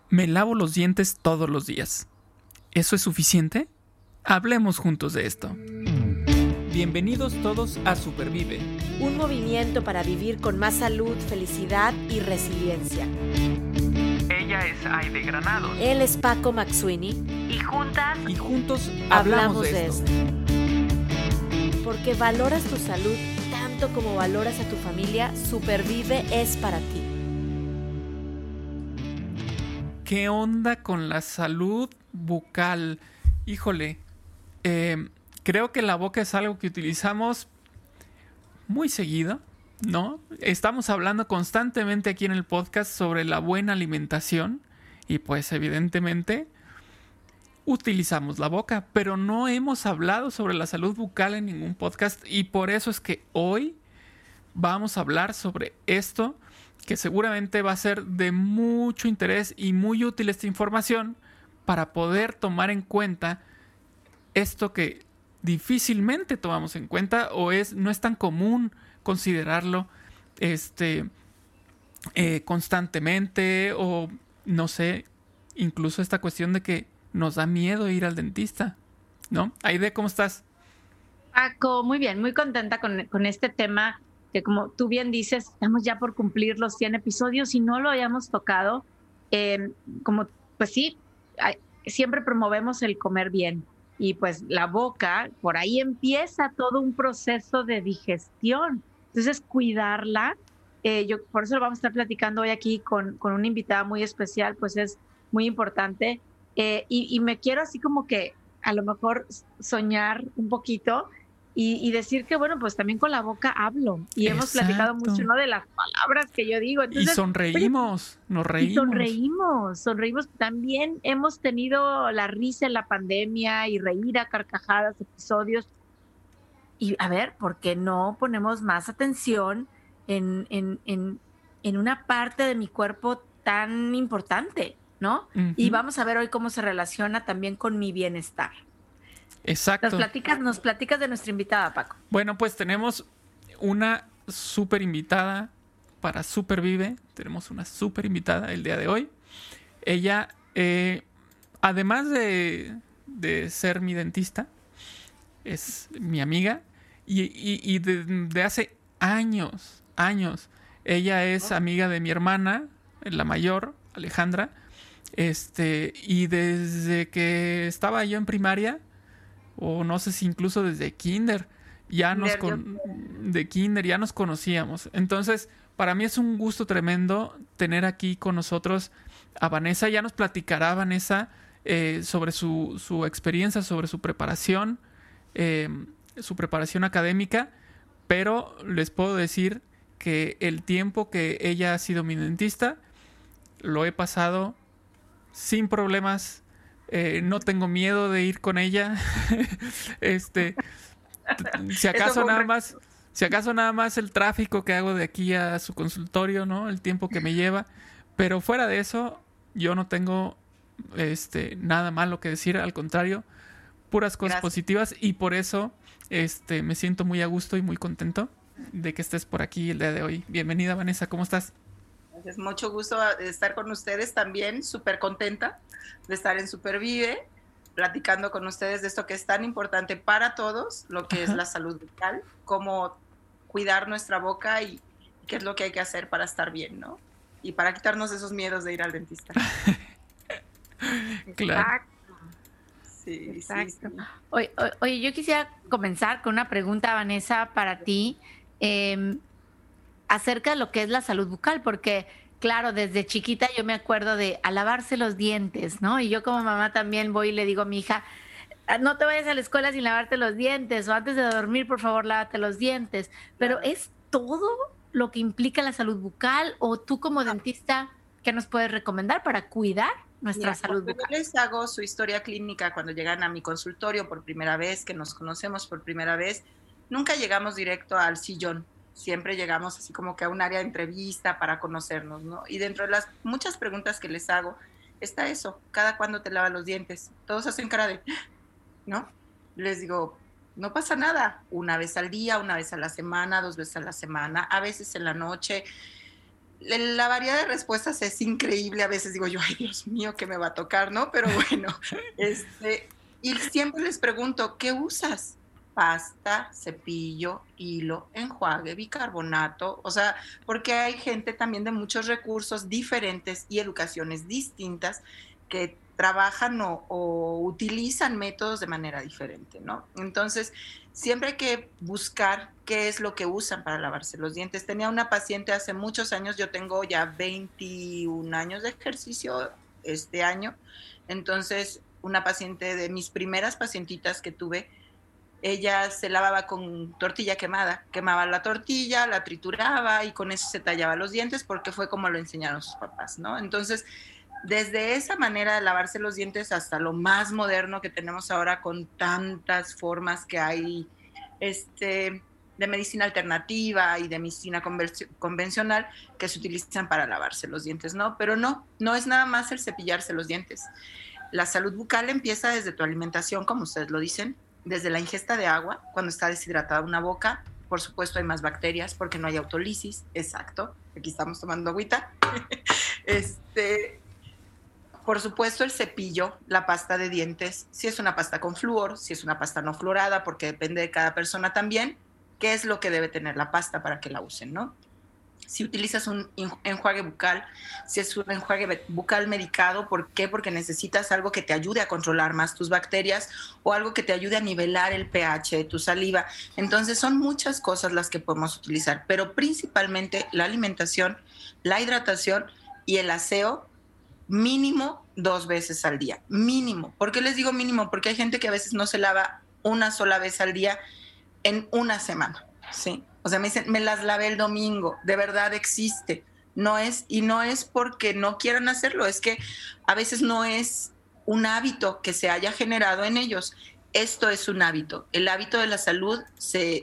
Me lavo los dientes todos los días. ¿Eso es suficiente? Hablemos juntos de esto. Bienvenidos todos a Supervive. Un movimiento para vivir con más salud, felicidad y resiliencia. Ella es Aide Granados. Él es Paco Maxuini. Y juntos hablamos de esto. Porque valoras tu salud tanto como valoras a tu familia, Supervive es para ti. ¿Qué onda con la salud bucal? Híjole, creo que la boca es algo que utilizamos muy seguido, ¿no? Estamos hablando constantemente aquí en el podcast sobre la buena alimentación y pues evidentemente utilizamos la boca, pero no hemos hablado sobre la salud bucal en ningún podcast y por eso es que hoy vamos a hablar sobre esto, que seguramente va a ser de mucho interés y muy útil esta información para poder tomar en cuenta esto que difícilmente tomamos en cuenta o no es tan común considerarlo constantemente o no sé, incluso esta cuestión de que nos da miedo ir al dentista, ¿no? Aide, ¿cómo estás? Paco, muy bien, muy contenta con este tema que, como tú bien dices, estamos ya por cumplir los 100 episodios y no lo hayamos tocado. Pues sí, siempre promovemos el comer bien y pues la boca, por ahí empieza todo un proceso de digestión. Entonces, cuidarla, por eso lo vamos a estar platicando hoy aquí con una invitada muy especial, pues es muy importante. Y me quiero así como que a lo mejor soñar un poquito y decir que, bueno, pues también con la boca hablo. Y hemos platicado mucho, ¿no?, de las palabras que yo digo. Entonces, y sonreímos, nos reímos. Y sonreímos. También hemos tenido la risa en la pandemia y reír a carcajadas, episodios. Y a ver, ¿por qué no ponemos más atención en una parte de mi cuerpo tan importante, ¿no? Uh-huh. Y vamos a ver hoy cómo se relaciona también con mi bienestar. Exacto. Nos platicas de nuestra invitada, Paco. Bueno, pues tenemos una súper invitada para Supervive. Tenemos una súper invitada el día de hoy. Ella, además de ser mi dentista, es mi amiga y de hace años. Ella es amiga de mi hermana, la mayor, Alejandra. Y desde que estaba yo en primaria, o no sé si incluso desde kinder, ya nos conocíamos. Entonces, para mí es un gusto tremendo tener aquí con nosotros a Vanessa. Ya nos platicará Vanessa sobre su experiencia, sobre su preparación académica, pero les puedo decir que el tiempo que ella ha sido mi dentista lo he pasado sin problemas. No tengo miedo de ir con ella. Si acaso nada más el tráfico que hago de aquí a su consultorio, ¿no? El tiempo que me lleva. Pero fuera de eso, yo no tengo nada malo que decir. Al contrario, puras cosas positivas. Y por eso me siento muy a gusto y muy contento de que estés por aquí el día de hoy. Bienvenida, Vanessa, ¿cómo estás? Es mucho gusto estar con ustedes también, súper contenta de estar en Supervive, platicando con ustedes de esto que es tan importante para todos, lo que es la salud bucal, cómo cuidar nuestra boca y qué es lo que hay que hacer para estar bien, ¿no? Y para quitarnos esos miedos de ir al dentista. Claro. Sí, exacto. Sí. Oye, yo quisiera comenzar con una pregunta, Vanessa, para ti. Acerca de lo que es la salud bucal, porque claro, desde chiquita yo me acuerdo de a lavarse los dientes, ¿no? Y yo como mamá también voy y le digo a mi hija, no te vayas a la escuela sin lavarte los dientes, o antes de dormir, por favor, lávate los dientes. Pero ¿es todo lo que implica la salud bucal? O tú como dentista, ¿qué nos puedes recomendar para cuidar nuestra salud bucal? Yo les hago su historia clínica cuando llegan a mi consultorio por primera vez, que nos conocemos por primera vez, nunca llegamos directo al sillón. Siempre llegamos así como que a un área de entrevista para conocernos, ¿no? Y dentro de las muchas preguntas que les hago está eso, ¿cada cuándo te lavas los dientes? Todos hacen cara de, ¿no? Les digo, no pasa nada, una vez al día, una vez a la semana, 2 veces a la semana, a veces en la noche. La variedad de respuestas es increíble. A veces digo yo, ay, Dios mío, ¿qué me va a tocar, no? Pero bueno, y siempre les pregunto, ¿qué usas? Pasta, cepillo, hilo, enjuague, bicarbonato. O sea, porque hay gente también de muchos recursos diferentes y educaciones distintas que trabajan o utilizan métodos de manera diferente, ¿no? Entonces, siempre hay que buscar qué es lo que usan para lavarse los dientes. Tenía una paciente hace muchos años, yo tengo ya 21 años de ejercicio este año, entonces una paciente de mis primeras pacientitas que tuve, ella se lavaba con tortilla quemada, quemaba la tortilla, la trituraba y con eso se tallaba los dientes porque fue como lo enseñaron sus papás, ¿no? Entonces, desde esa manera de lavarse los dientes hasta lo más moderno que tenemos ahora con tantas formas que hay de medicina alternativa y de medicina convencional que se utilizan para lavarse los dientes, ¿no? Pero no es nada más el cepillarse los dientes. La salud bucal empieza desde tu alimentación, como ustedes lo dicen, desde la ingesta de agua, cuando está deshidratada una boca. Por supuesto hay más bacterias porque no hay autolisis, exacto. Aquí estamos tomando agüita. Por supuesto, el cepillo, la pasta de dientes, si es una pasta con flúor, si es una pasta no fluorada, porque depende de cada persona también, qué es lo que debe tener la pasta para que la usen, ¿no? Si utilizas un enjuague bucal, si es un enjuague bucal medicado, ¿por qué? Porque necesitas algo que te ayude a controlar más tus bacterias o algo que te ayude a nivelar el pH de tu saliva. Entonces, son muchas cosas las que podemos utilizar, pero principalmente la alimentación, la hidratación y el aseo mínimo 2 veces al día, mínimo. ¿Por qué les digo mínimo? Porque hay gente que a veces no se lava una sola vez al día en una semana, ¿sí? O sea, me dicen, me las lavé el domingo, de verdad existe. No es porque no quieran hacerlo, es que a veces no es un hábito que se haya generado en ellos. Esto es un hábito. El hábito de la salud se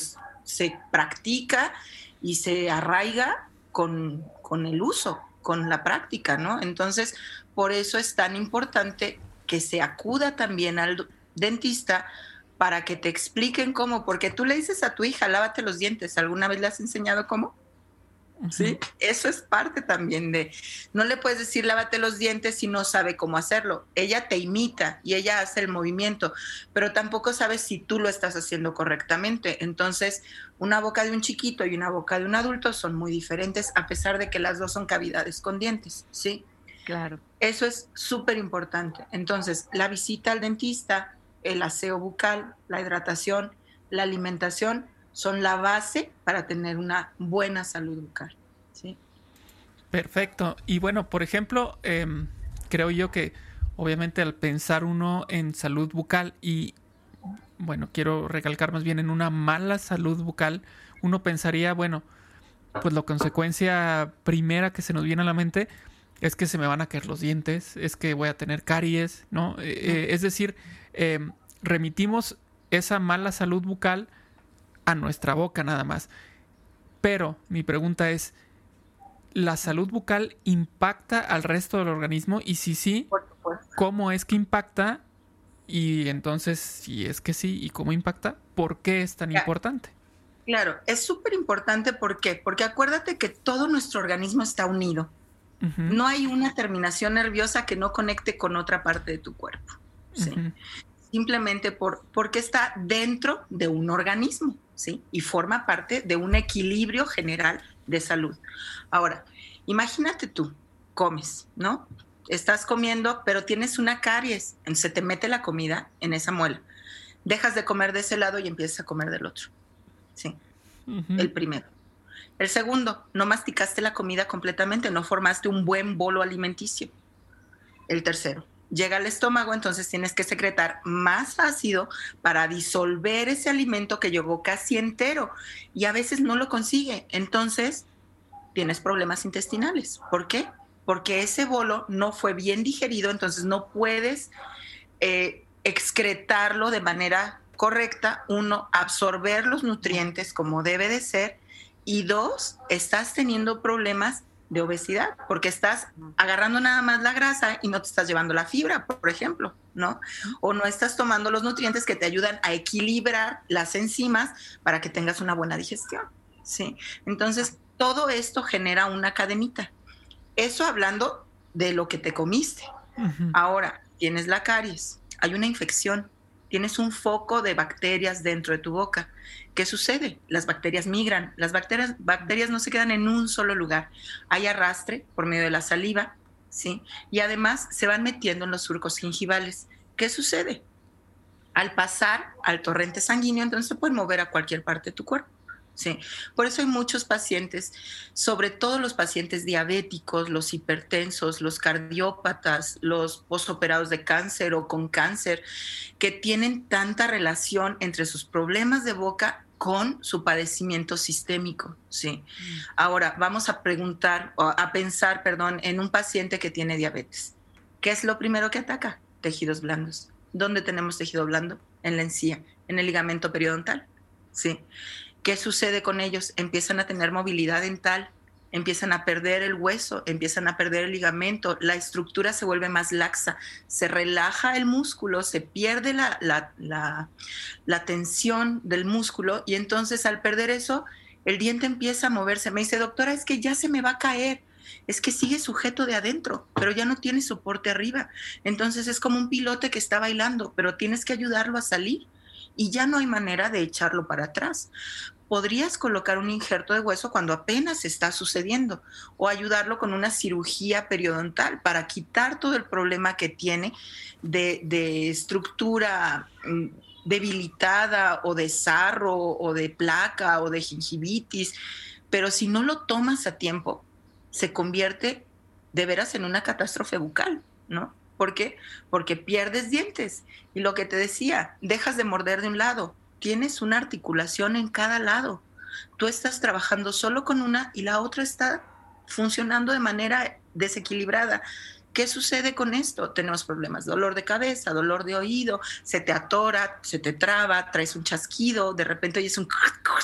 practica y se arraiga con el uso, con la práctica, ¿no? Entonces, por eso es tan importante que se acuda también al dentista para que te expliquen cómo, porque tú le dices a tu hija, lávate los dientes, ¿alguna vez le has enseñado cómo? Uh-huh. Sí, eso es parte también no le puedes decir lávate los dientes si no sabe cómo hacerlo. Ella te imita y ella hace el movimiento, pero tampoco sabe si tú lo estás haciendo correctamente. Entonces, una boca de un chiquito y una boca de un adulto son muy diferentes, a pesar de que las dos son cavidades con dientes, ¿sí? Claro. Eso es súper importante. Entonces, la visita al dentista, el aseo bucal, la hidratación, la alimentación son la base para tener una buena salud bucal, ¿sí? Perfecto. Y bueno, por ejemplo, creo yo que obviamente al pensar uno en salud bucal y, bueno, quiero recalcar más bien en una mala salud bucal, uno pensaría, bueno, pues la consecuencia primera que se nos viene a la mente es que se me van a caer los dientes, es que voy a tener caries, ¿no? Es decir, remitimos esa mala salud bucal a nuestra boca nada más. Pero mi pregunta es, ¿la salud bucal impacta al resto del organismo? Y si sí, ¿cómo es que impacta? Y entonces, si es que sí, ¿y cómo impacta? ¿Por qué es tan importante? Claro, es súper importante. ¿Por qué? Porque acuérdate que todo nuestro organismo está unido. Uh-huh. No hay una terminación nerviosa que no conecte con otra parte de tu cuerpo, ¿sí? Uh-huh. Simplemente porque está dentro de un organismo, ¿sí? Y forma parte de un equilibrio general de salud. Ahora, imagínate tú, comes, ¿no? Estás comiendo, pero tienes una caries, se te mete la comida en esa muela. Dejas de comer de ese lado y empiezas a comer del otro, ¿sí? Uh-huh. El primero. El segundo, no masticaste la comida completamente, no formaste un buen bolo alimenticio. El tercero, llega al estómago, entonces tienes que secretar más ácido para disolver ese alimento que llegó casi entero y a veces no lo consigue. Entonces tienes problemas intestinales. ¿Por qué? Porque ese bolo no fue bien digerido, entonces no puedes excretarlo de manera correcta. Uno, absorber los nutrientes como debe de ser. Y dos, estás teniendo problemas de obesidad, porque estás agarrando nada más la grasa y no te estás llevando la fibra, por ejemplo, ¿no? O no estás tomando los nutrientes que te ayudan a equilibrar las enzimas para que tengas una buena digestión, ¿sí? Entonces, Todo esto genera una cadenita. Eso hablando de lo que te comiste. Ujú. Ahora, tienes la caries, hay una infección, tienes un foco de bacterias dentro de tu boca. ¿Qué sucede? Las bacterias migran. Las bacterias no se quedan en un solo lugar. Hay arrastre por medio de la saliva, ¿sí? Y además se van metiendo en los surcos gingivales. ¿Qué sucede? Al pasar al torrente sanguíneo, entonces se pueden mover a cualquier parte de tu cuerpo. Sí, por eso hay muchos pacientes, sobre todo los pacientes diabéticos, los hipertensos, los cardiópatas, los posoperados de cáncer o con cáncer, que tienen tanta relación entre sus problemas de boca con su padecimiento sistémico. Sí. Ahora vamos a pensar, en un paciente que tiene diabetes. ¿Qué es lo primero que ataca? Tejidos blandos. ¿Dónde tenemos tejido blando? En la encía, en el ligamento periodontal. Sí. ¿Qué sucede con ellos? Empiezan a tener movilidad dental, empiezan a perder el hueso, empiezan a perder el ligamento, la estructura se vuelve más laxa, se relaja el músculo, se pierde la tensión del músculo y entonces al perder eso, el diente empieza a moverse. Me dice, doctora, es que ya se me va a caer. Es que sigue sujeto de adentro, pero ya no tiene soporte arriba. Entonces es como un pilote que está bailando, pero tienes que ayudarlo a salir y ya no hay manera de echarlo para atrás. Podrías colocar un injerto de hueso cuando apenas está sucediendo o ayudarlo con una cirugía periodontal para quitar todo el problema que tiene de estructura debilitada o de sarro o de placa o de gingivitis. Pero si no lo tomas a tiempo, se convierte de veras en una catástrofe bucal, ¿no? ¿Por qué? Porque pierdes dientes. Y lo que te decía, dejas de morder de un lado, tienes una articulación en cada lado. Tú estás trabajando solo con una y la otra está funcionando de manera desequilibrada. ¿Qué sucede con esto? Tenemos problemas, dolor de cabeza, dolor de oído, se te atora, se te traba, traes un chasquido, de repente oyes un...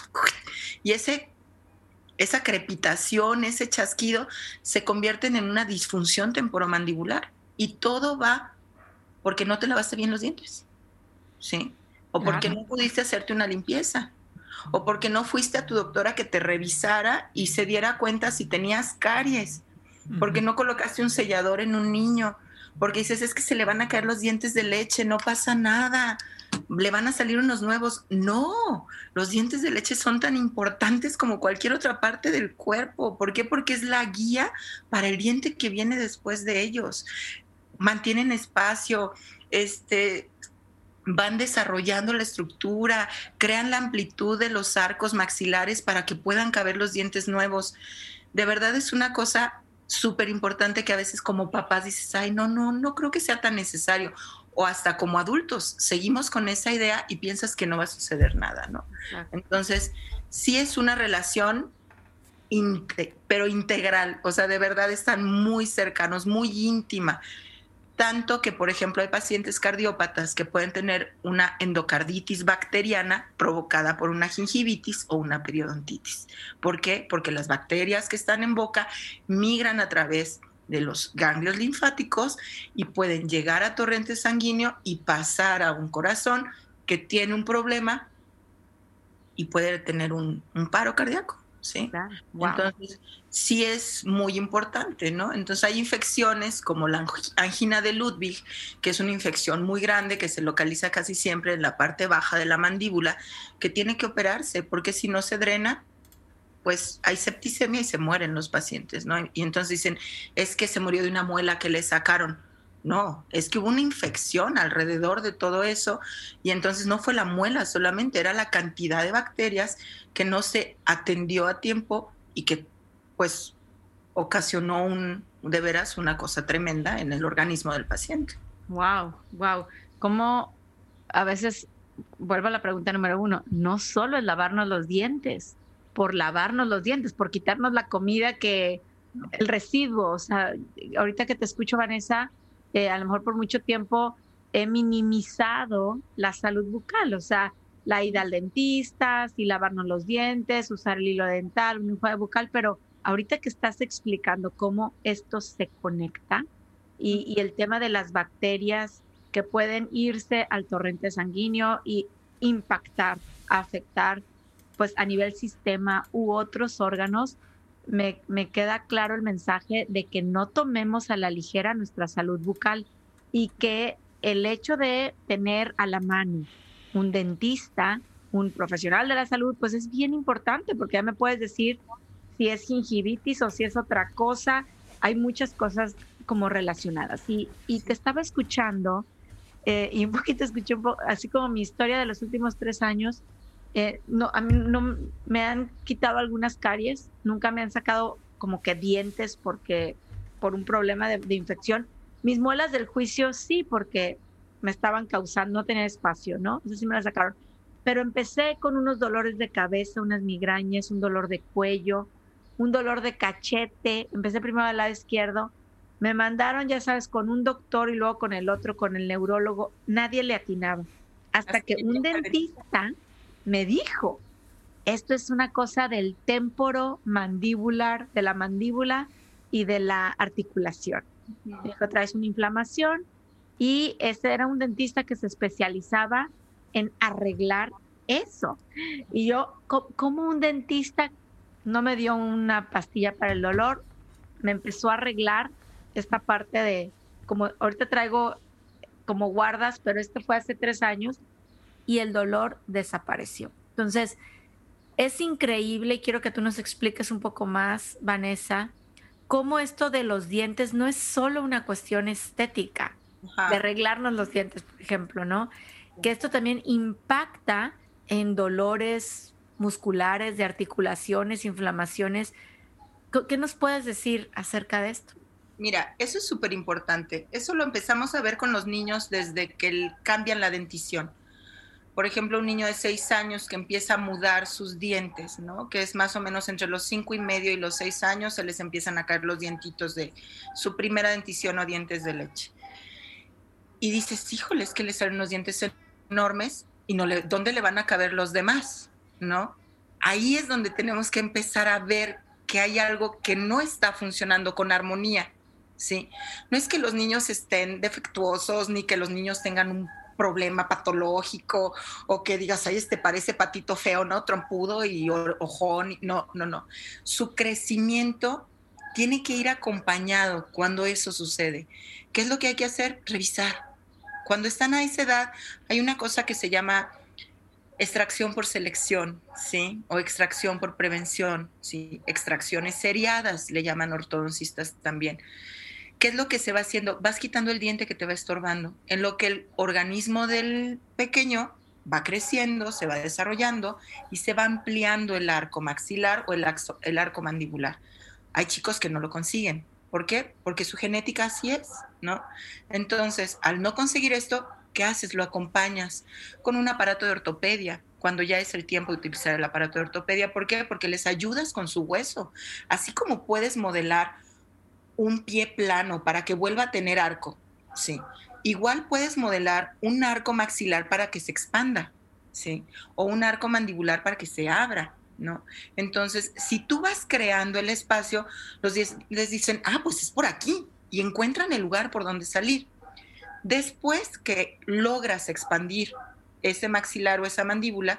Y esa crepitación, ese chasquido, se convierten en una disfunción temporomandibular. Y todo va porque no te lavaste bien los dientes, ¿sí? O porque no pudiste hacerte una limpieza, o porque no fuiste a tu doctora que te revisara y se diera cuenta si tenías caries, porque no colocaste un sellador en un niño, porque dices, es que se le van a caer los dientes de leche, no pasa nada, le van a salir unos nuevos. No, los dientes de leche son tan importantes como cualquier otra parte del cuerpo. ¿Por qué? Porque es la guía para el diente que viene después de ellos. Mantienen espacio, van desarrollando la estructura, crean la amplitud de los arcos maxilares para que puedan caber los dientes nuevos. De verdad es una cosa súper importante que a veces como papás dices, ay, no creo que sea tan necesario. O hasta como adultos seguimos con esa idea y piensas que no va a suceder nada, ¿no? Entonces, sí es una relación pero integral, o sea, de verdad están muy cercanos, muy íntima. Tanto que, por ejemplo, hay pacientes cardiópatas que pueden tener una endocarditis bacteriana provocada por una gingivitis o una periodontitis. ¿Por qué? Porque las bacterias que están en boca migran a través de los ganglios linfáticos y pueden llegar a torrente sanguíneo y pasar a un corazón que tiene un problema y puede tener un paro cardíaco. ¿Sí? Claro. Wow. Entonces, sí es muy importante, ¿no? Entonces, hay infecciones como la angina de Ludwig, que es una infección muy grande que se localiza casi siempre en la parte baja de la mandíbula, que tiene que operarse, porque si no se drena, pues hay septicemia y se mueren los pacientes, ¿no? Y entonces dicen, es que se murió de una muela que le sacaron. No, es que hubo una infección alrededor de todo eso y entonces no fue la muela solamente, era la cantidad de bacterias que no se atendió a tiempo y que pues ocasionó de veras una cosa tremenda en el organismo del paciente. Wow. ¿Cómo a veces, vuelvo a la pregunta número 1, no solo es lavarnos los dientes, por quitarnos la comida el residuo, o sea, ahorita que te escucho, Vanessa, a lo mejor por mucho tiempo he minimizado la salud bucal, o sea, la ida al dentista, sí lavarnos los dientes, usar el hilo dental, un enjuague bucal, pero ahorita que estás explicando cómo esto se conecta y el tema de las bacterias que pueden irse al torrente sanguíneo y impactar, afectar, pues a nivel sistema u otros órganos, me queda claro el mensaje de que no tomemos a la ligera nuestra salud bucal y que el hecho de tener a la mano un dentista, un profesional de la salud, pues es bien importante porque ya me puedes decir si es gingivitis o si es otra cosa. Hay muchas cosas como relacionadas. Y te estaba escuchando y un poquito escuché así como mi historia de los últimos 3 años. No, a mí no me han quitado algunas caries, nunca me han sacado como que dientes por un problema de infección. Mis muelas del juicio sí, porque me estaban causando, no tenía espacio, ¿no? Eso sí me las sacaron. Pero empecé con unos dolores de cabeza, unas migrañas, un dolor de cuello, un dolor de cachete. Empecé primero del lado izquierdo. Me mandaron, ya sabes, con un doctor y luego con el otro, con el neurólogo. Nadie le atinaba. Hasta que un dentista me dijo, esto es una cosa del témporo mandibular, de la mandíbula y de la articulación. Me dijo, traes una inflamación, y ese era un dentista que se especializaba en arreglar eso. Y yo, como un dentista no me dio una pastilla para el dolor, me empezó a arreglar esta parte de, como ahorita traigo como guardas, pero este fue hace 3 años, y el dolor desapareció. Entonces, es increíble y quiero que tú nos expliques un poco más, Vanessa, cómo esto de los dientes no es solo una cuestión estética, de arreglarnos los dientes, por ejemplo, ¿no? Que esto también impacta en dolores musculares, de articulaciones, inflamaciones. ¿Qué nos puedes decir acerca de esto? Mira, eso es súper importante. Eso lo empezamos a ver con los niños desde que cambian la dentición. Por ejemplo, un niño de 6 años que empieza a mudar sus dientes, ¿no? Que es más o menos entre los 5 y medio y los 6 años, se les empiezan a caer los dientitos de su primera dentición o dientes de leche. Y dices, híjole, es que le salen unos dientes enormes y ¿dónde le van a caber los demás? ¿No? Ahí es donde tenemos que empezar a ver que hay algo que no está funcionando con armonía, ¿sí? No es que los niños estén defectuosos ni que los niños tengan un problema patológico o que digas, ay, parece patito feo, ¿no? Trompudo y ojón. No. Su crecimiento tiene que ir acompañado cuando eso sucede. ¿Qué es lo que hay que hacer? Revisar. Cuando están a esa edad, hay una cosa que se llama extracción por selección, ¿sí? O extracción por prevención, ¿sí? Extracciones seriadas, le llaman ortodoncistas también. ¿Qué es lo que se va haciendo? Vas quitando el diente que te va estorbando, en lo que el organismo del pequeño va creciendo, se va desarrollando y se va ampliando el arco maxilar o el arco mandibular. Hay chicos que no lo consiguen. ¿Por qué? Porque su genética así es, ¿no? Entonces, al no conseguir esto, ¿qué haces? Lo acompañas con un aparato de ortopedia, cuando ya es el tiempo de utilizar el aparato de ortopedia. ¿Por qué? Porque les ayudas con su hueso. Así como puedes modelar un pie plano para que vuelva a tener arco, ¿sí? Igual puedes modelar un arco maxilar para que se expanda, ¿sí? O un arco mandibular para que se abra, ¿no? Entonces, si tú vas creando el espacio, les dicen, pues es por aquí, y encuentran el lugar por donde salir. Después que logras expandir ese maxilar o esa mandíbula,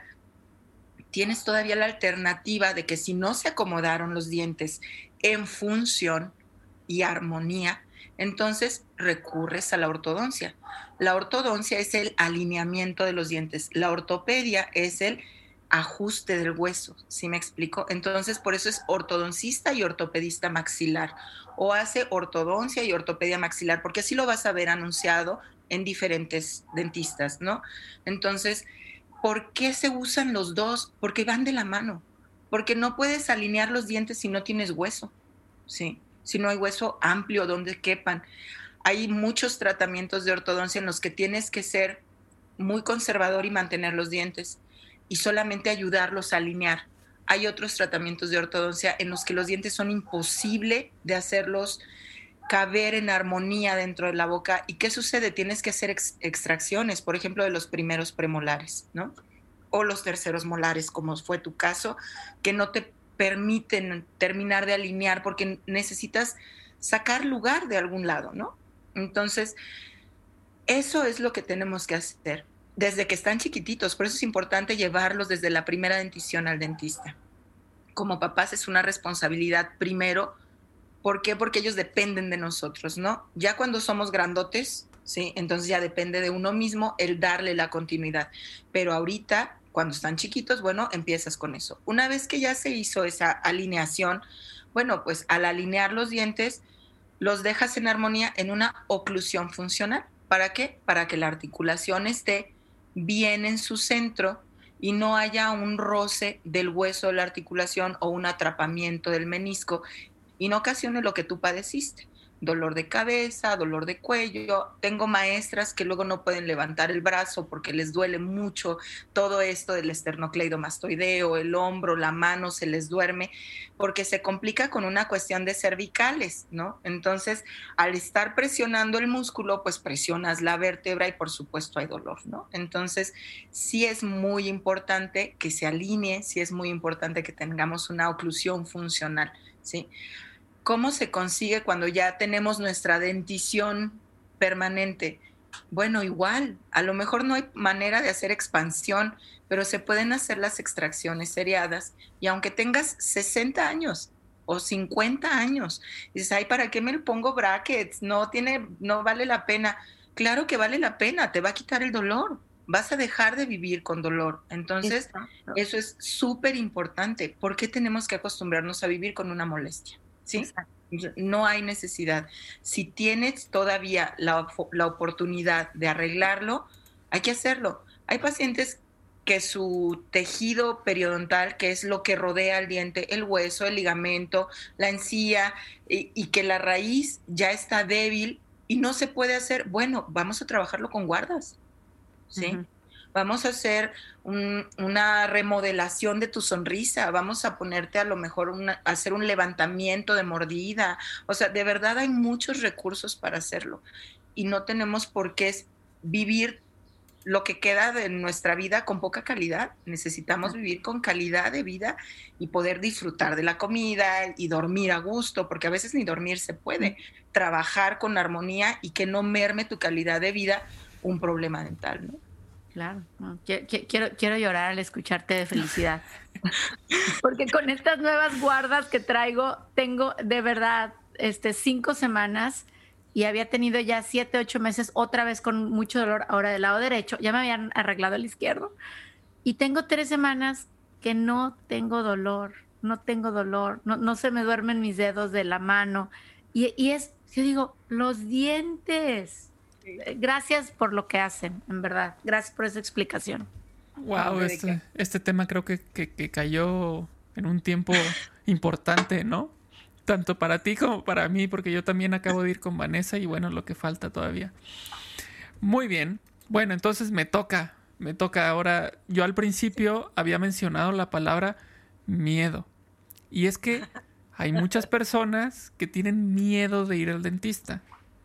tienes todavía la alternativa de que si no se acomodaron los dientes en función y armonía, entonces recurres a la ortodoncia. La ortodoncia es el alineamiento de los dientes. La ortopedia es el ajuste del hueso, ¿sí me explico? Entonces, por eso es ortodoncista y ortopedista maxilar, o hace ortodoncia y ortopedia maxilar, porque así lo vas a ver anunciado en diferentes dentistas, ¿no? Entonces, ¿por qué se usan los dos? Porque van de la mano, porque no puedes alinear los dientes si no tienes hueso, ¿sí? Si no hay hueso amplio donde quepan. Hay muchos tratamientos de ortodoncia en los que tienes que ser muy conservador y mantener los dientes y solamente ayudarlos a alinear. Hay otros tratamientos de ortodoncia en los que los dientes son imposible de hacerlos caber en armonía dentro de la boca. ¿Y qué sucede? Tienes que hacer extracciones, por ejemplo, de los primeros premolares, ¿no? O los terceros molares, como fue tu caso, que no te permiten terminar de alinear porque necesitas sacar lugar de algún lado, ¿no? Entonces, eso es lo que tenemos que hacer desde que están chiquititos. Por eso es importante llevarlos desde la primera dentición al dentista. como papás es una responsabilidad primero. ¿Por qué? Porque ellos dependen de nosotros, ¿no? Ya cuando somos grandotes, ¿sí? Entonces ya depende de uno mismo el darle la continuidad. Pero ahorita, cuando están chiquitos, bueno, empiezas con eso. Una vez que ya se hizo esa alineación, bueno, pues al alinear los dientes, los dejas en armonía en una oclusión funcional. ¿Para qué? Para que la articulación esté bien en su centro y no haya un roce del hueso de la articulación o un atrapamiento del menisco y no ocasione lo que tú padeciste. Dolor de cabeza, dolor de cuello. Tengo maestras que luego no pueden levantar el brazo porque les duele mucho todo esto del esternocleidomastoideo, el hombro, la mano se les duerme porque se complica con una cuestión de cervicales, ¿no? Entonces, al estar presionando el músculo, pues presionas la vértebra y por supuesto hay dolor, ¿no? Entonces, sí es muy importante que se alinee, sí es muy importante que tengamos una oclusión funcional, ¿sí? ¿Cómo se consigue cuando ya tenemos nuestra dentición permanente? Bueno, igual, a lo mejor no hay manera de hacer expansión, pero se pueden hacer las extracciones seriadas y aunque tengas 60 años o 50 años, dices, ay, ¿para qué me pongo brackets? No vale la pena. Claro que vale la pena, te va a quitar el dolor, vas a dejar de vivir con dolor. Entonces, eso es súper importante. ¿Por qué tenemos que acostumbrarnos a vivir con una molestia? ¿Sí? Exacto. No hay necesidad. Si tienes todavía la oportunidad de arreglarlo, hay que hacerlo. Hay pacientes que su tejido periodontal, que es lo que rodea al diente, el hueso, el ligamento, la encía, y que la raíz ya está débil y no se puede hacer. Bueno, vamos a trabajarlo con guardas, ¿sí? Uh-huh. Vamos a hacer una remodelación de tu sonrisa, vamos a ponerte a lo mejor hacer un levantamiento de mordida. O sea, de verdad hay muchos recursos para hacerlo y no tenemos por qué vivir lo que queda de nuestra vida con poca calidad. Necesitamos vivir con calidad de vida y poder disfrutar de la comida y dormir a gusto, porque a veces ni dormir se puede. Trabajar con armonía y que no merme tu calidad de vida un problema dental, ¿no? Claro, no, quiero llorar al escucharte de felicidad. Porque con estas nuevas guardas que traigo, tengo de verdad 5 semanas y había tenido ya 7, 8 meses otra vez con mucho dolor ahora del lado derecho. Ya me habían arreglado el izquierdo. Y tengo 3 semanas que no tengo dolor, no se me duermen mis dedos de la mano. Y yo digo, los dientes. Gracias por lo que hacen, en verdad. Gracias por esa explicación. Wow, este tema creo que cayó en un tiempo importante, ¿no? Tanto para ti como para mí, porque yo también acabo de ir con Vanessa y bueno, lo que falta todavía. Muy bien. Bueno, entonces me toca ahora. Yo al principio había mencionado la palabra miedo. Y es que hay muchas personas que tienen miedo de ir al dentista.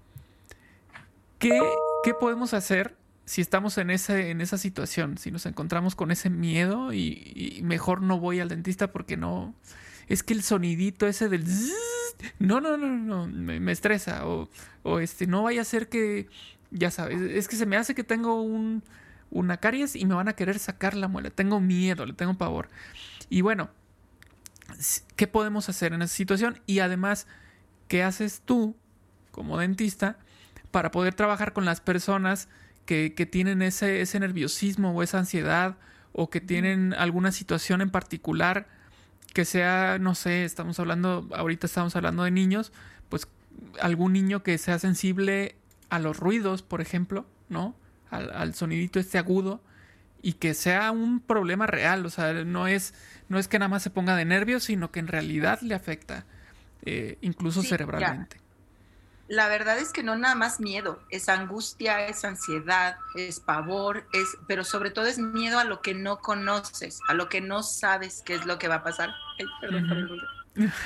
¿Qué podemos hacer si estamos en esa situación? Si nos encontramos con ese miedo y mejor no voy al dentista porque no... Es que el sonidito ese del... No, me estresa. O no vaya a ser que... Ya sabes, es que se me hace que tengo una caries y me van a querer sacar la muela. Tengo miedo, le tengo pavor. Y bueno, ¿qué podemos hacer en esa situación? Y además, ¿qué haces tú como dentista para poder trabajar con las personas que tienen ese nerviosismo o esa ansiedad o que tienen alguna situación en particular que sea, no sé, ahorita estamos hablando de niños, pues algún niño que sea sensible a los ruidos, por ejemplo, ¿no? Al sonidito agudo y que sea un problema real, o sea, no es que nada más se ponga de nervios, sino que en realidad le afecta incluso cerebralmente. Ya. La verdad es que no nada más miedo, es angustia, es ansiedad, es pavor, pero sobre todo es miedo a lo que no conoces, a lo que no sabes qué es lo que va a pasar. Ay, perdón, por el ruido.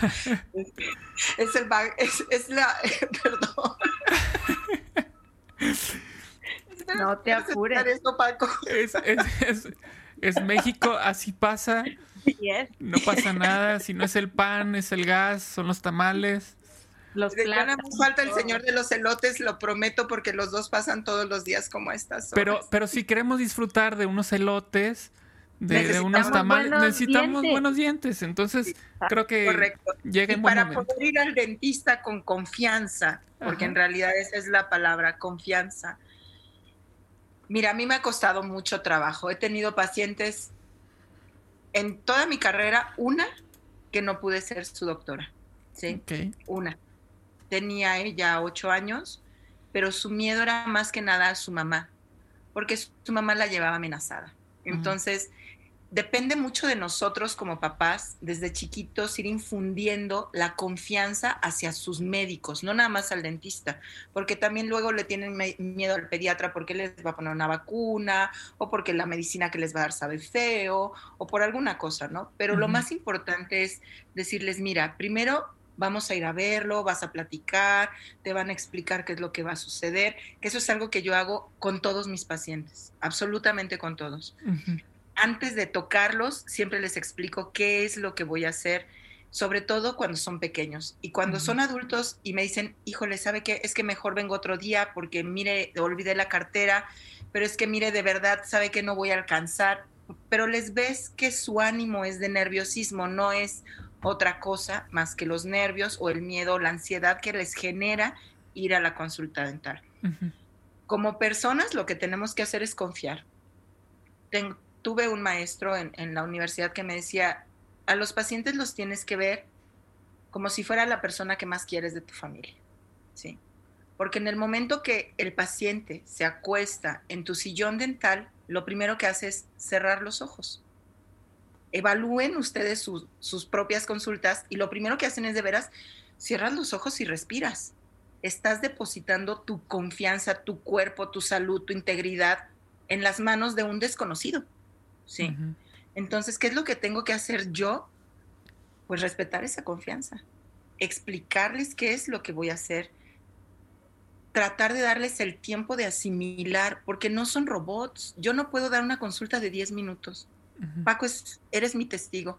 Perdón. No te apures. Esto, Paco. Es México, así pasa. Yes. No pasa nada, si no es el pan, es el gas, son los tamales. Los ya no nos falta el señor de los elotes, lo prometo, porque los dos pasan todos los días como estas horas. Pero si queremos disfrutar de unos elotes, de unos tamales. Necesitamos dientes. buenos dientes. Entonces, creo que correcto. llega Y en buen para momento. poder ir al dentista con confianza, porque en realidad esa es la palabra, confianza. Mira, a mí me ha costado mucho trabajo. He tenido pacientes en toda mi carrera, una que no pude ser su doctora, ¿sí? Okay. Una. Tenía ella 8 años, pero su miedo era más que nada a su mamá, porque su mamá la llevaba amenazada. Entonces, depende mucho de nosotros como papás, desde chiquitos, ir infundiendo la confianza hacia sus médicos, no nada más al dentista, porque también luego le tienen miedo al pediatra porque les va a poner una vacuna, o porque la medicina que les va a dar sabe feo, o por alguna cosa, ¿no? Pero lo más importante es decirles, mira, primero vamos a ir a verlo, vas a platicar, te van a explicar qué es lo que va a suceder, que eso es algo que yo hago con todos mis pacientes, absolutamente con todos. Antes de tocarlos, siempre les explico qué es lo que voy a hacer, sobre todo cuando son pequeños. Y cuando son adultos y me dicen, híjole, ¿sabe qué? Es que mejor vengo otro día porque, mire, olvidé la cartera, pero es que, mire, de verdad, ¿sabe que no voy a alcanzar? Pero les ves que su ánimo es de nerviosismo, no es otra cosa más que los nervios o el miedo o la ansiedad que les genera ir a la consulta dental. Como personas, lo que tenemos que hacer es confiar. Tuve un maestro en la universidad que me decía, a los pacientes los tienes que ver como si fuera la persona que más quieres de tu familia, ¿sí? Porque en el momento que el paciente se acuesta en tu sillón dental, lo primero que hace es cerrar los ojos. Evalúen ustedes sus propias consultas y lo primero que hacen es de veras, cierras los ojos y respiras. Estás depositando tu confianza, tu cuerpo, tu salud, tu integridad en las manos de un desconocido. Sí. Entonces, ¿qué es lo que tengo que hacer yo? Pues respetar esa confianza, explicarles qué es lo que voy a hacer, tratar de darles el tiempo de asimilar, porque no son robots. Yo no puedo dar una consulta de 10 minutos. Paco, eres mi testigo.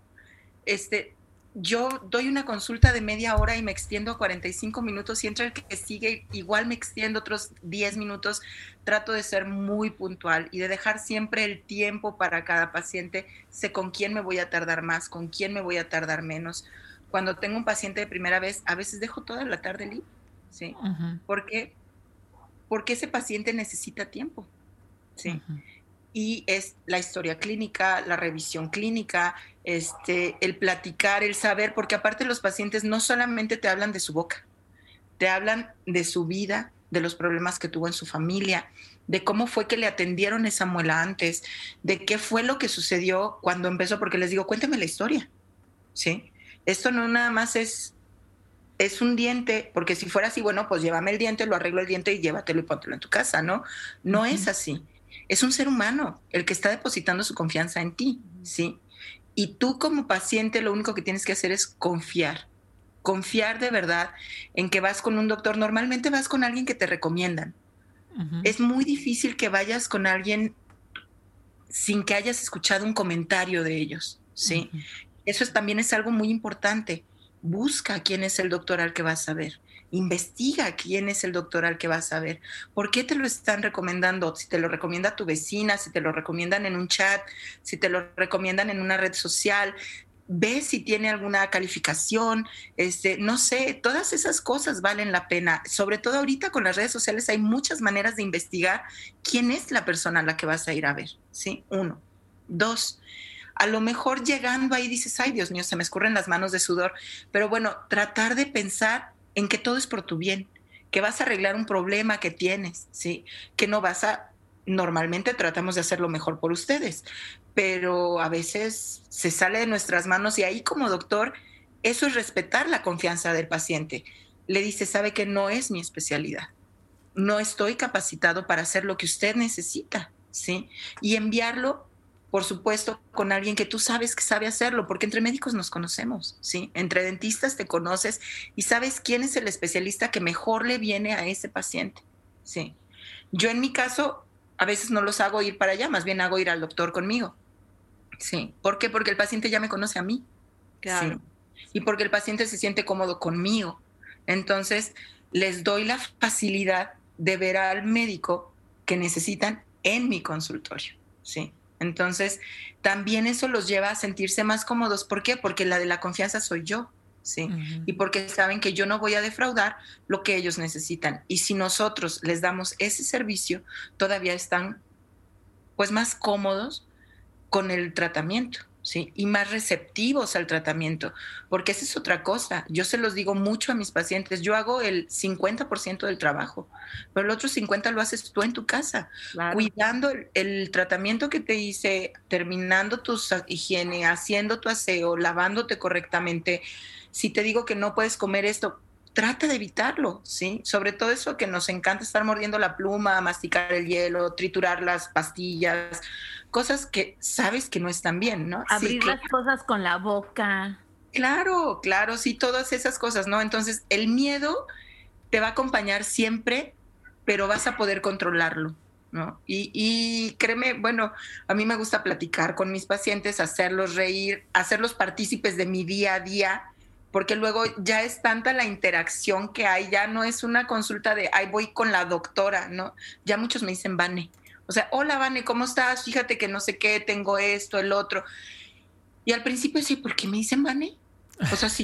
Yo doy una consulta de media hora y me extiendo a 45 minutos y entra el que sigue, igual me extiendo otros 10 minutos. Trato de ser muy puntual y de dejar siempre el tiempo para cada paciente. Sé con quién me voy a tardar más, con quién me voy a tardar menos. Cuando tengo un paciente de primera vez, a veces dejo toda la tarde libre, ¿sí? ¿Por qué? Porque ese paciente necesita tiempo, ¿sí? Y es la historia clínica, la revisión clínica, el platicar, el saber, porque aparte los pacientes no solamente te hablan de su boca, te hablan de su vida, de los problemas que tuvo en su familia, de cómo fue que le atendieron esa muela antes, de qué fue lo que sucedió cuando empezó, porque les digo, cuéntame la historia, ¿sí? Esto no nada más es un diente, porque si fuera así, bueno, pues llévame el diente, lo arreglo el diente y llévatelo y póntelo en tu casa, ¿no? No es así. Es un ser humano el que está depositando su confianza en ti, ¿sí? Y tú como paciente lo único que tienes que hacer es confiar de verdad en que vas con un doctor. Normalmente vas con alguien que te recomiendan. Es muy difícil que vayas con alguien sin que hayas escuchado un comentario de ellos, ¿sí? Eso también es algo muy importante. Busca quién es el doctor al que vas a ver. Investiga quién es el doctor al que vas a ver. ¿Por qué te lo están recomendando? Si te lo recomienda tu vecina, si te lo recomiendan en un chat, si te lo recomiendan en una red social, ve si tiene alguna calificación, no sé, todas esas cosas valen la pena. Sobre todo ahorita con las redes sociales hay muchas maneras de investigar quién es la persona a la que vas a ir a ver, ¿sí? 1. 2, a lo mejor llegando ahí dices, ay, Dios mío, se me escurren las manos de sudor. Pero bueno, tratar de pensar en que todo es por tu bien, que vas a arreglar un problema que tienes, ¿sí? Que no vas a... Normalmente tratamos de hacer lo mejor por ustedes, pero a veces se sale de nuestras manos y ahí como doctor, eso es respetar la confianza del paciente. Le dice, sabe que no es mi especialidad, no estoy capacitado para hacer lo que usted necesita, ¿sí? Y enviarlo, por supuesto, con alguien que tú sabes que sabe hacerlo, porque entre médicos nos conocemos, ¿sí? Entre dentistas te conoces y sabes quién es el especialista que mejor le viene a ese paciente, ¿sí? Yo en mi caso, a veces no los hago ir para allá, más bien hago ir al doctor conmigo, ¿sí? ¿Por qué? Porque el paciente ya me conoce a mí, claro. ¿sí? Y porque el paciente se siente cómodo conmigo. Entonces, les doy la facilidad de ver al médico que necesitan en mi consultorio, ¿sí? Entonces, también eso los lleva a sentirse más cómodos. ¿Por qué? Porque la de la confianza soy yo, ¿sí? Ujú. Y porque saben que yo no voy a defraudar lo que ellos necesitan. Y si nosotros les damos ese servicio, todavía están pues más cómodos con el tratamiento, ¿sí? Y más receptivos al tratamiento, porque esa es otra cosa. Yo se los digo mucho a mis pacientes, yo hago el 50% del trabajo, pero el otro 50% lo haces tú en tu casa, Claro. cuidando el tratamiento que te hice, terminando tu higiene, haciendo tu aseo, lavándote correctamente. Si te digo que no puedes comer esto, trata de evitarlo, ¿sí? Sobre todo eso que nos encanta estar mordiendo la pluma, masticar el hielo, triturar las pastillas, cosas que sabes que no están bien, ¿no? Abrir Sí, las cosas con la boca. claro, claro, sí, todas esas cosas, ¿no? Entonces, el miedo te va a acompañar siempre, pero vas a poder controlarlo, ¿no? Y créeme, bueno, a mí me gusta platicar con mis pacientes, hacerlos reír, hacerlos partícipes de mi día a día, porque luego ya es tanta la interacción que hay, ya no es una consulta de, ay, voy con la doctora, ¿no? Ya muchos me dicen, Vane. O sea, hola, Vane, ¿cómo estás? Fíjate que no sé qué, tengo esto, el otro. Y al principio sí, ¿por qué me dicen Vane? O sea,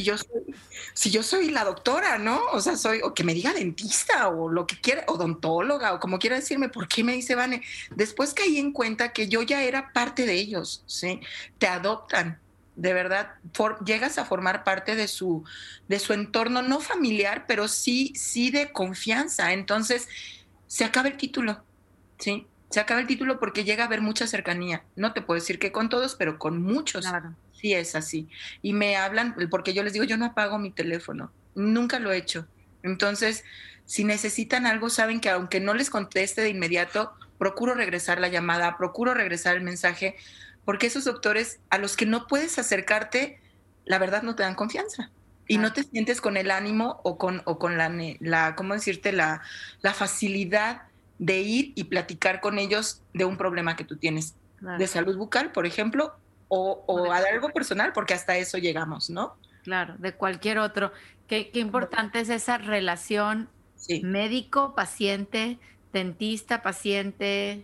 si yo soy la doctora, ¿no? O sea, o que me diga dentista o lo que quiera, odontóloga o como quiera decirme, ¿por qué me dice Vane? Después caí en cuenta que yo ya era parte de ellos, ¿sí? Te adoptan, de verdad, llegas a formar parte de su entorno, no familiar, pero sí de confianza. Entonces, se acaba el título, ¿sí? Se acaba el título porque llega a haber mucha cercanía. No te puedo decir que con todos, pero con muchos. Claro. Sí es así. Y me hablan, porque yo les digo, yo no apago mi teléfono. Nunca lo he hecho. Entonces, si necesitan algo, saben que aunque no les conteste de inmediato, procuro regresar la llamada, procuro regresar el mensaje, porque esos doctores a los que no puedes acercarte, la verdad no te dan confianza. Y no te sientes con el ánimo o con la ¿cómo decirte? La facilidad de ir y platicar con ellos de un problema que tú tienes, Claro. de salud bucal, por ejemplo, o de algo personal, porque hasta eso llegamos, ¿no? Claro, de cualquier otro. Qué importante es esa relación Sí. médico-paciente, dentista-paciente,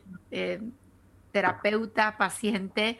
terapeuta-paciente,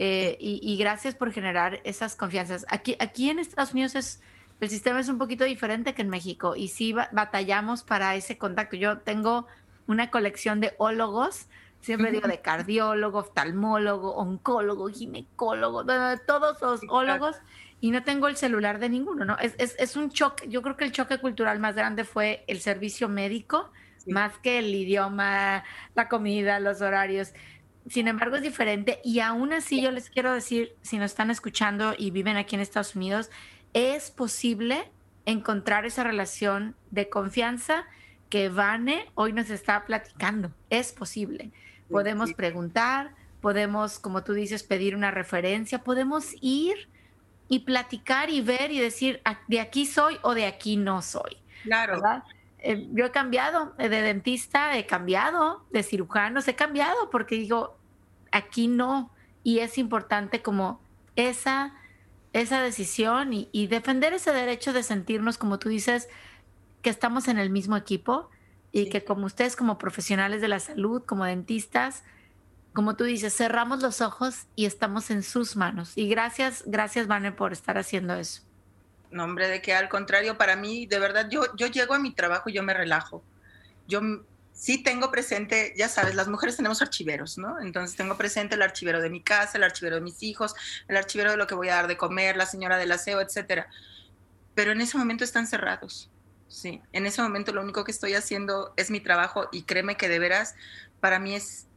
y gracias por generar esas confianzas. Aquí en Estados Unidos el sistema es un poquito diferente que en México y sí batallamos para ese contacto. Yo tengo una colección de ólogos, siempre digo de cardiólogo, oftalmólogo, oncólogo, ginecólogo, de todos los ólogos, y no tengo el celular de ninguno, ¿no? Es un choque. Yo creo que el choque cultural más grande fue el servicio médico, más que el idioma, la comida, los horarios. Sin embargo, es diferente y aún así yo les quiero decir, si nos están escuchando y viven aquí en Estados Unidos, es posible encontrar esa relación de confianza que Vane hoy nos está platicando. Es posible. Podemos preguntar, podemos, como tú dices, pedir una referencia, podemos ir y platicar y ver y decir, de aquí soy o de aquí no soy. Claro. ¿Verdad? Yo he cambiado de dentista, he cambiado de cirujanos, he cambiado porque digo, aquí no. Y es importante como esa decisión y defender ese derecho de sentirnos, como tú dices, que estamos en el mismo equipo y que como ustedes como profesionales de la salud, como dentistas, como tú dices, cerramos los ojos y estamos en sus manos. Y gracias, Vane, por estar haciendo eso. No, hombre, de que al contrario, para mí, de verdad, yo llego a mi trabajo y yo me relajo. Yo sí tengo presente, ya sabes, las mujeres tenemos archiveros, ¿no? Entonces tengo presente el archivero de mi casa, el archivero de mis hijos, el archivero de lo que voy a dar de comer, la señora del aseo, etcétera. Pero en ese momento están cerrados, sí. En ese momento lo único que estoy haciendo es mi trabajo y créeme que de veras, para mí es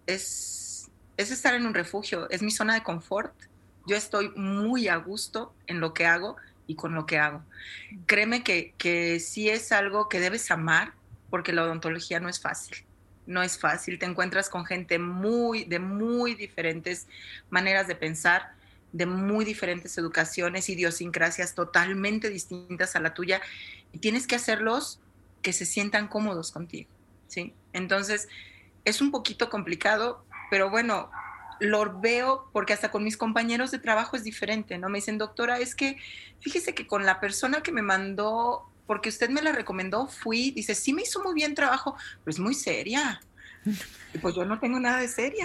estar en un refugio, es mi zona de confort. Yo estoy muy a gusto en lo que hago y con lo que hago. Créeme que sí es algo que debes amar, porque la odontología no es fácil. No es fácil. Te encuentras con gente de muy diferentes maneras de pensar, de muy diferentes educaciones, idiosincrasias totalmente distintas a la tuya, y tienes que hacerlos que se sientan cómodos contigo, ¿sí? Entonces, es un poquito complicado, pero bueno, lo veo porque hasta con mis compañeros de trabajo es diferente, ¿no? Me dicen, doctora, es que fíjese que con la persona que me mandó, porque usted me la recomendó, fui, dice, sí me hizo muy bien trabajo, pero es muy seria. Y pues yo no tengo nada de seria,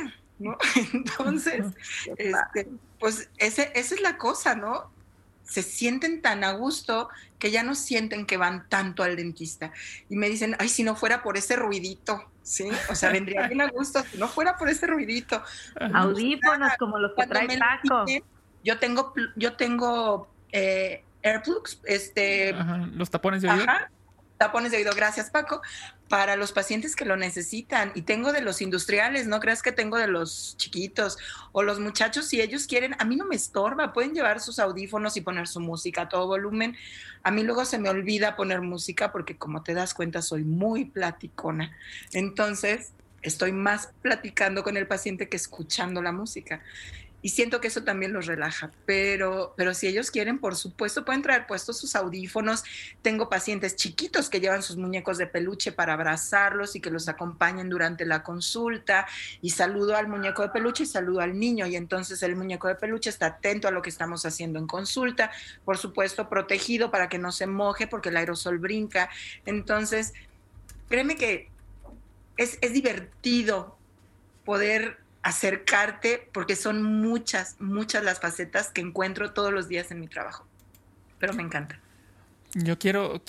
¿no? Entonces, pues esa es la cosa, ¿no? Se sienten tan a gusto que ya no sienten que van tanto al dentista. Y me dicen, ay, si no fuera por ese ruidito, ¿sí? O sea, vendría bien a gusto si no fuera por ese ruidito. Audífonos como los que trae Paco. Yo tengo AirPlugs, los tapones de oído. Ajá, tapones de oído, gracias Paco, para los pacientes que lo necesitan. Y tengo de los industriales, no creas que tengo de los chiquitos o los muchachos, si ellos quieren, a mí no me estorba, pueden llevar sus audífonos y poner su música a todo volumen. A mí luego se me olvida poner música porque, como te das cuenta, soy muy platicona. Entonces estoy más platicando con el paciente que escuchando la música. Y siento que eso también los relaja, pero si ellos quieren, por supuesto, pueden traer puestos sus audífonos. Tengo pacientes chiquitos que llevan sus muñecos de peluche para abrazarlos y que los acompañen durante la consulta, y saludo al muñeco de peluche y saludo al niño, y entonces el muñeco de peluche está atento a lo que estamos haciendo en consulta, por supuesto protegido para que no se moje porque el aerosol brinca. Entonces, créeme que es divertido poder acercarte, porque son muchas las facetas que encuentro todos los días en mi trabajo, pero me encanta. Yo quiero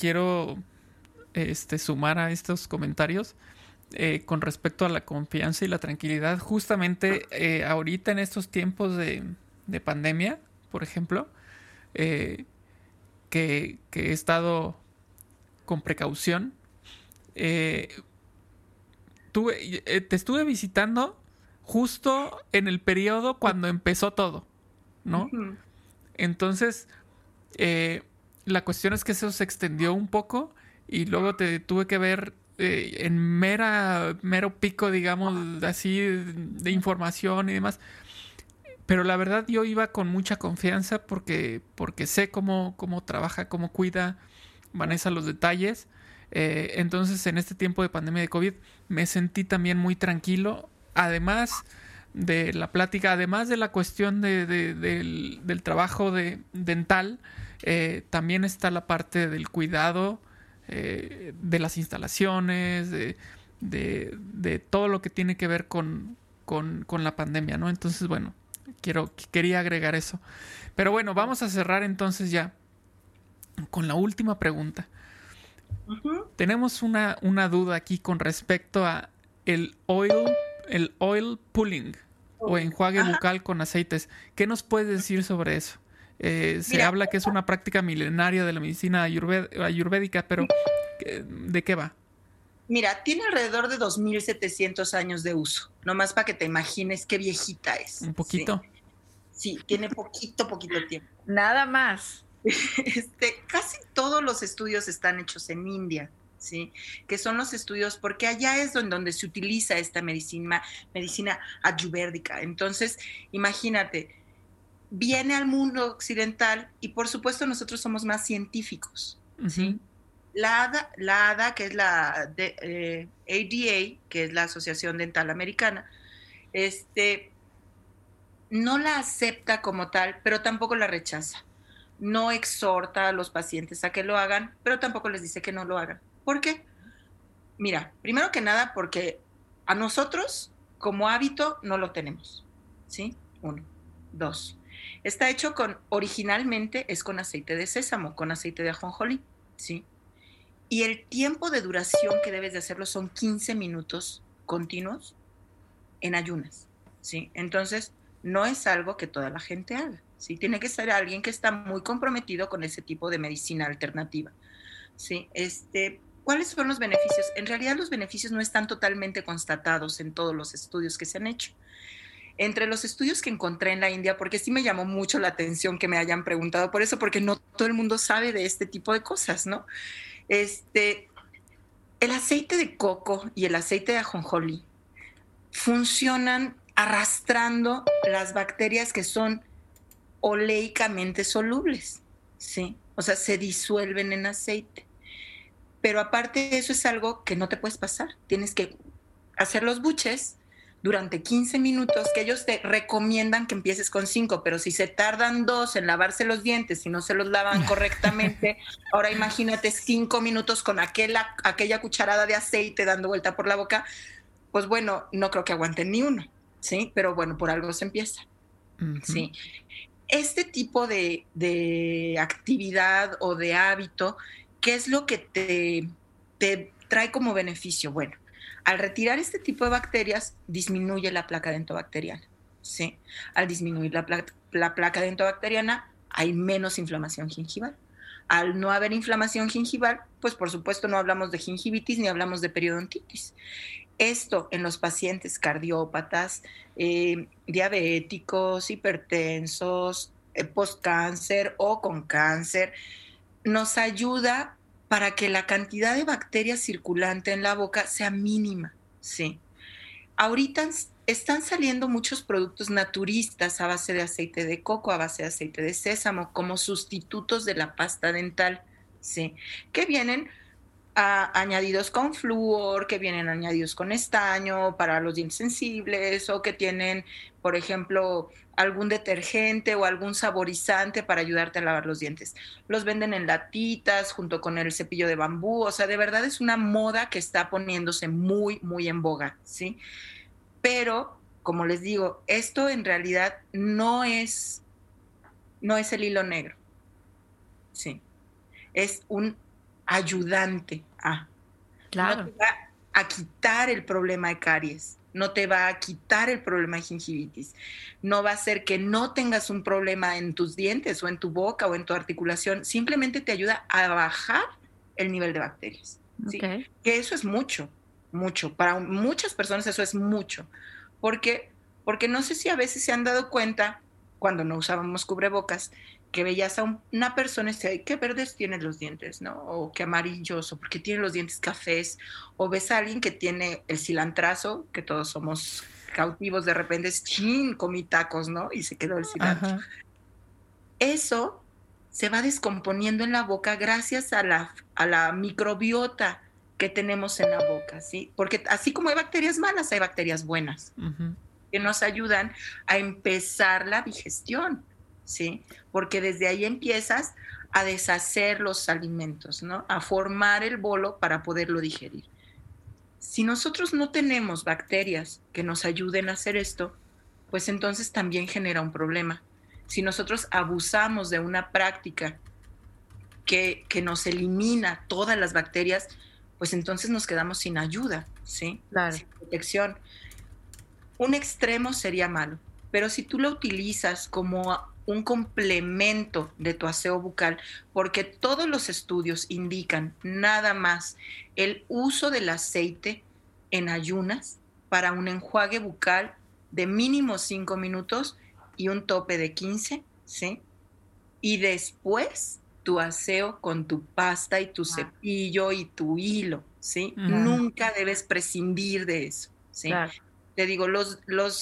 sumar a estos comentarios con respecto a la confianza y la tranquilidad. Justamente ahorita en estos tiempos de pandemia, por ejemplo, que he estado con precaución, te estuve visitando justo en el periodo cuando empezó todo, ¿no? Uh-huh. Entonces, la cuestión es que eso se extendió un poco y luego te tuve que ver en mero pico, digamos, así de información y demás. Pero la verdad yo iba con mucha confianza porque sé cómo trabaja, cómo cuida Vanessa los detalles. Entonces, en este tiempo de pandemia de COVID, me sentí también muy tranquilo. Además de la plática, además de la cuestión del trabajo dental, también está la parte del cuidado de las instalaciones, de todo lo que tiene que ver con la pandemia, ¿no? Entonces, bueno, quería agregar eso. Pero bueno, vamos a cerrar entonces ya con la última pregunta. Uh-huh. Tenemos una duda aquí con respecto a el oil pulling o enjuague bucal con aceites. ¿Qué nos puedes decir sobre eso? Se habla que es una práctica milenaria de la medicina ayurvédica, pero ¿de qué va? Mira, tiene alrededor de 2,700 años de uso. Nomás para que te imagines qué viejita es. ¿Un poquito? Sí, tiene poquito tiempo. Nada más. Casi todos los estudios están hechos en India, ¿sí? Que son los estudios, porque allá es donde se utiliza esta medicina ayurvédica. Entonces, imagínate, viene al mundo occidental y por supuesto nosotros somos más científicos, ¿sí? Uh-huh. La ADA, que es la ADA, que es la Asociación Dental Americana, no la acepta como tal, pero tampoco la rechaza. No exhorta a los pacientes a que lo hagan, pero tampoco les dice que no lo hagan. ¿Por qué? Mira, primero que nada, porque a nosotros, como hábito, no lo tenemos, ¿sí? 1. 2. Está hecho originalmente es con aceite de sésamo, con aceite de ajonjolí, ¿sí? Y el tiempo de duración que debes de hacerlo son 15 minutos continuos en ayunas, ¿sí? Entonces, no es algo que toda la gente haga, ¿sí? Tiene que ser alguien que está muy comprometido con ese tipo de medicina alternativa, ¿sí? ¿Cuáles son los beneficios? En realidad los beneficios no están totalmente constatados en todos los estudios que se han hecho. Entre los estudios que encontré en la India, porque sí me llamó mucho la atención que me hayan preguntado por eso, porque no todo el mundo sabe de este tipo de cosas, ¿no? El aceite de coco y el aceite de ajonjolí funcionan arrastrando las bacterias que son oleicamente solubles, ¿sí? O sea, se disuelven en aceite. Pero aparte de eso es algo que no te puedes pasar. Tienes que hacer los buches durante 15 minutos, que ellos te recomiendan que empieces con 5, pero si se tardan 2 en lavarse los dientes y no se los lavan correctamente, ahora imagínate 5 minutos con aquella cucharada de aceite dando vuelta por la boca, pues bueno, no creo que aguanten ni uno, ¿sí? Pero bueno, por algo se empieza, ¿sí? Este tipo de actividad o de hábito, ¿qué es lo que te trae como beneficio? Bueno, al retirar este tipo de bacterias, disminuye la placa dentobacteriana, ¿sí? Al disminuir la placa dentobacteriana, hay menos inflamación gingival. Al no haber inflamación gingival, pues por supuesto no hablamos de gingivitis ni hablamos de periodontitis. Esto en los pacientes cardiópatas, diabéticos, hipertensos, postcáncer o con cáncer, nos ayuda para que la cantidad de bacterias circulante en la boca sea mínima, ¿sí? Ahorita están saliendo muchos productos naturistas a base de aceite de coco, a base de aceite de sésamo, como sustitutos de la pasta dental, ¿sí? Que vienen añadidos con flúor, que vienen añadidos con estaño para los dientes sensibles, o que tienen, por ejemplo, algún detergente o algún saborizante para ayudarte a lavar los dientes. Los venden en latitas junto con el cepillo de bambú. O sea, de verdad es una moda que está poniéndose muy, muy en boga, ¿sí? Pero, como les digo, esto en realidad no es el hilo negro, ¿sí? Es un ayudante a. Claro. No te va a quitar el problema de caries, no te va a quitar el problema de gingivitis, no va a hacer que no tengas un problema en tus dientes o en tu boca o en tu articulación, simplemente te ayuda a bajar el nivel de bacterias, ¿sí? Okay. Que eso es mucho, mucho. Para muchas personas eso es mucho. Porque no sé si a veces se han dado cuenta, cuando no usábamos cubrebocas, que veías a una persona y decías, qué verdes tienen los dientes, ¿no? O qué amarillos, o porque tiene los dientes cafés, o ves a alguien que tiene el cilantrazo, que todos somos cautivos, de repente es, chin, comí tacos, ¿no? Y se quedó el cilantro. Ajá. Eso se va descomponiendo en la boca gracias a la microbiota que tenemos en la boca, ¿sí? Porque así como hay bacterias malas, hay bacterias buenas, que nos ayudan a empezar la digestión, ¿sí? Porque desde ahí empiezas a deshacer los alimentos, ¿no? A formar el bolo para poderlo digerir. Si nosotros no tenemos bacterias que nos ayuden a hacer esto, pues entonces también genera un problema. Si nosotros abusamos de una práctica que nos elimina todas las bacterias, pues entonces nos quedamos sin ayuda, ¿sí? Claro. Sin protección. Un extremo sería malo, pero si tú lo utilizas como un complemento de tu aseo bucal, porque todos los estudios indican nada más el uso del aceite en ayunas para un enjuague bucal de mínimo 5 minutos y un tope de 15, ¿sí? Y después tu aseo con tu pasta y tu cepillo y tu hilo, ¿sí? Nunca debes prescindir de eso, ¿sí? Claro. Te digo, los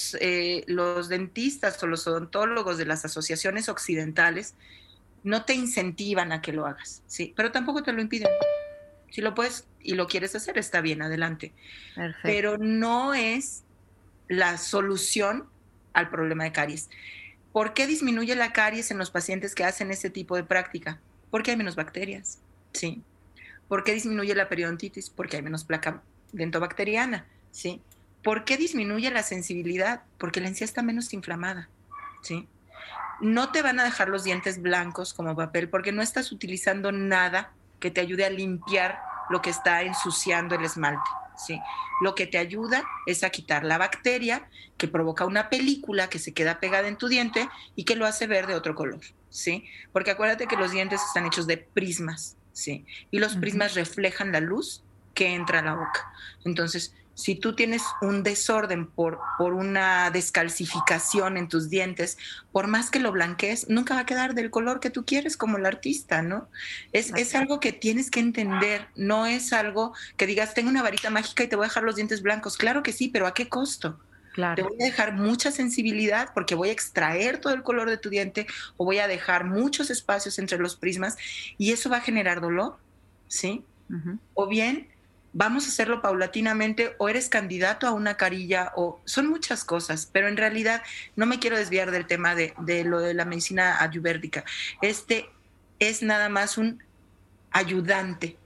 dentistas o los odontólogos de las asociaciones occidentales no te incentivan a que lo hagas, ¿sí? Pero tampoco te lo impiden. Si lo puedes y lo quieres hacer, está bien, adelante. Perfecto. Pero no es la solución al problema de caries. ¿Por qué disminuye la caries en los pacientes que hacen ese tipo de práctica? Porque hay menos bacterias, ¿sí? ¿Por qué disminuye la periodontitis? Porque hay menos placa dentobacteriana, ¿sí? ¿Por qué disminuye la sensibilidad? Porque la encía está menos inflamada, ¿sí? No te van a dejar los dientes blancos como papel porque no estás utilizando nada que te ayude a limpiar lo que está ensuciando el esmalte, ¿sí? Lo que te ayuda es a quitar la bacteria que provoca una película que se queda pegada en tu diente y que lo hace ver de otro color, ¿sí? Porque acuérdate que los dientes están hechos de prismas, ¿sí? Y los prismas reflejan la luz que entra a la boca. Entonces, si tú tienes un desorden por una descalcificación en tus dientes, por más que lo blanquees, nunca va a quedar del color que tú quieres como el artista, ¿no? Es algo que tienes que entender, no es algo que digas, tengo una varita mágica y te voy a dejar los dientes blancos. Claro que sí, pero ¿a qué costo? Claro. Te voy a dejar mucha sensibilidad porque voy a extraer todo el color de tu diente o voy a dejar muchos espacios entre los prismas y eso va a generar dolor, ¿sí? O bien vamos a hacerlo paulatinamente o eres candidato a una carilla o son muchas cosas, pero en realidad no me quiero desviar del tema de lo de la medicina ayurvédica. Este es nada más un ayudante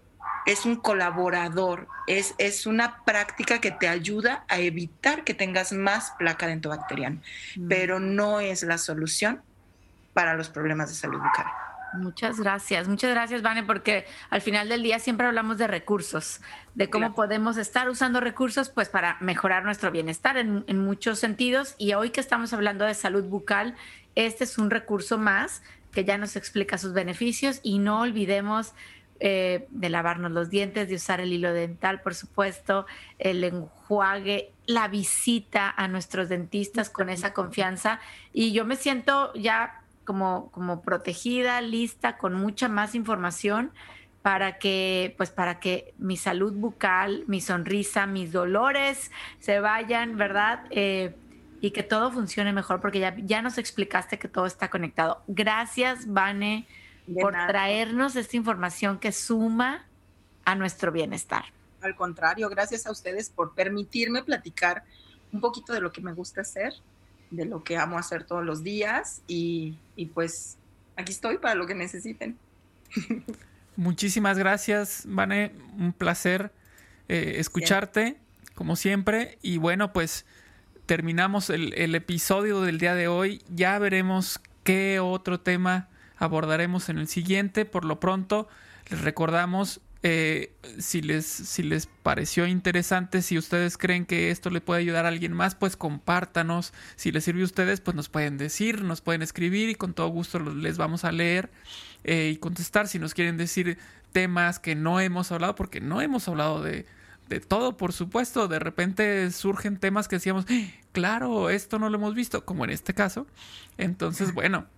es un colaborador, es una práctica que te ayuda a evitar que tengas más placa dentobacteriana, pero no es la solución para los problemas de salud bucal. Muchas gracias, Vane, porque al final del día siempre hablamos de recursos, de cómo podemos estar usando recursos pues para mejorar nuestro bienestar en muchos sentidos, y hoy que estamos hablando de salud bucal, este es un recurso más que ya nos explica sus beneficios. Y no olvidemos de lavarnos los dientes, de usar el hilo dental, por supuesto, el enjuague, la visita a nuestros dentistas con esa confianza, y yo me siento ya como protegida, lista, con mucha más información para que mi salud bucal, mi sonrisa, mis dolores se vayan, ¿verdad? Y que todo funcione mejor, porque ya nos explicaste que todo está conectado. Gracias, Vane, por traernos esta información que suma a nuestro bienestar. Al contrario, gracias a ustedes por permitirme platicar un poquito de lo que me gusta hacer, de lo que amo hacer todos los días, y pues aquí estoy para lo que necesiten. Muchísimas gracias, Vane, un placer escucharte, como siempre, y bueno, pues terminamos el episodio del día de hoy. Ya veremos qué otro tema abordaremos en el siguiente. Por lo pronto, les recordamos, si les pareció interesante, si ustedes creen que esto le puede ayudar a alguien más, pues compártanos. Si les sirve a ustedes, pues nos pueden decir, nos pueden escribir, y con todo gusto les vamos a leer y contestar. Si nos quieren decir temas que no hemos hablado, porque no hemos hablado de todo, por supuesto. De repente surgen temas que decíamos, claro, esto no lo hemos visto, como en este caso. Entonces, bueno,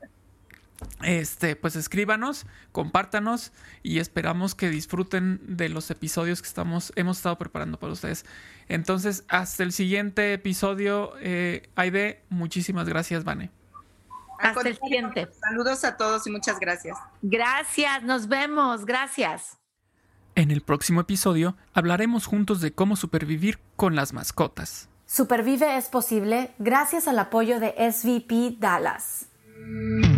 pues escríbanos, compártanos, y esperamos que disfruten de los episodios que hemos estado preparando para ustedes. Entonces, hasta el siguiente episodio. Aide, muchísimas gracias, Vane. Hasta el siguiente. Saludos a todos y muchas gracias. Gracias, nos vemos, gracias. En el próximo episodio hablaremos juntos de cómo supervivir con las mascotas. Supervive es posible gracias al apoyo de SVP Dallas.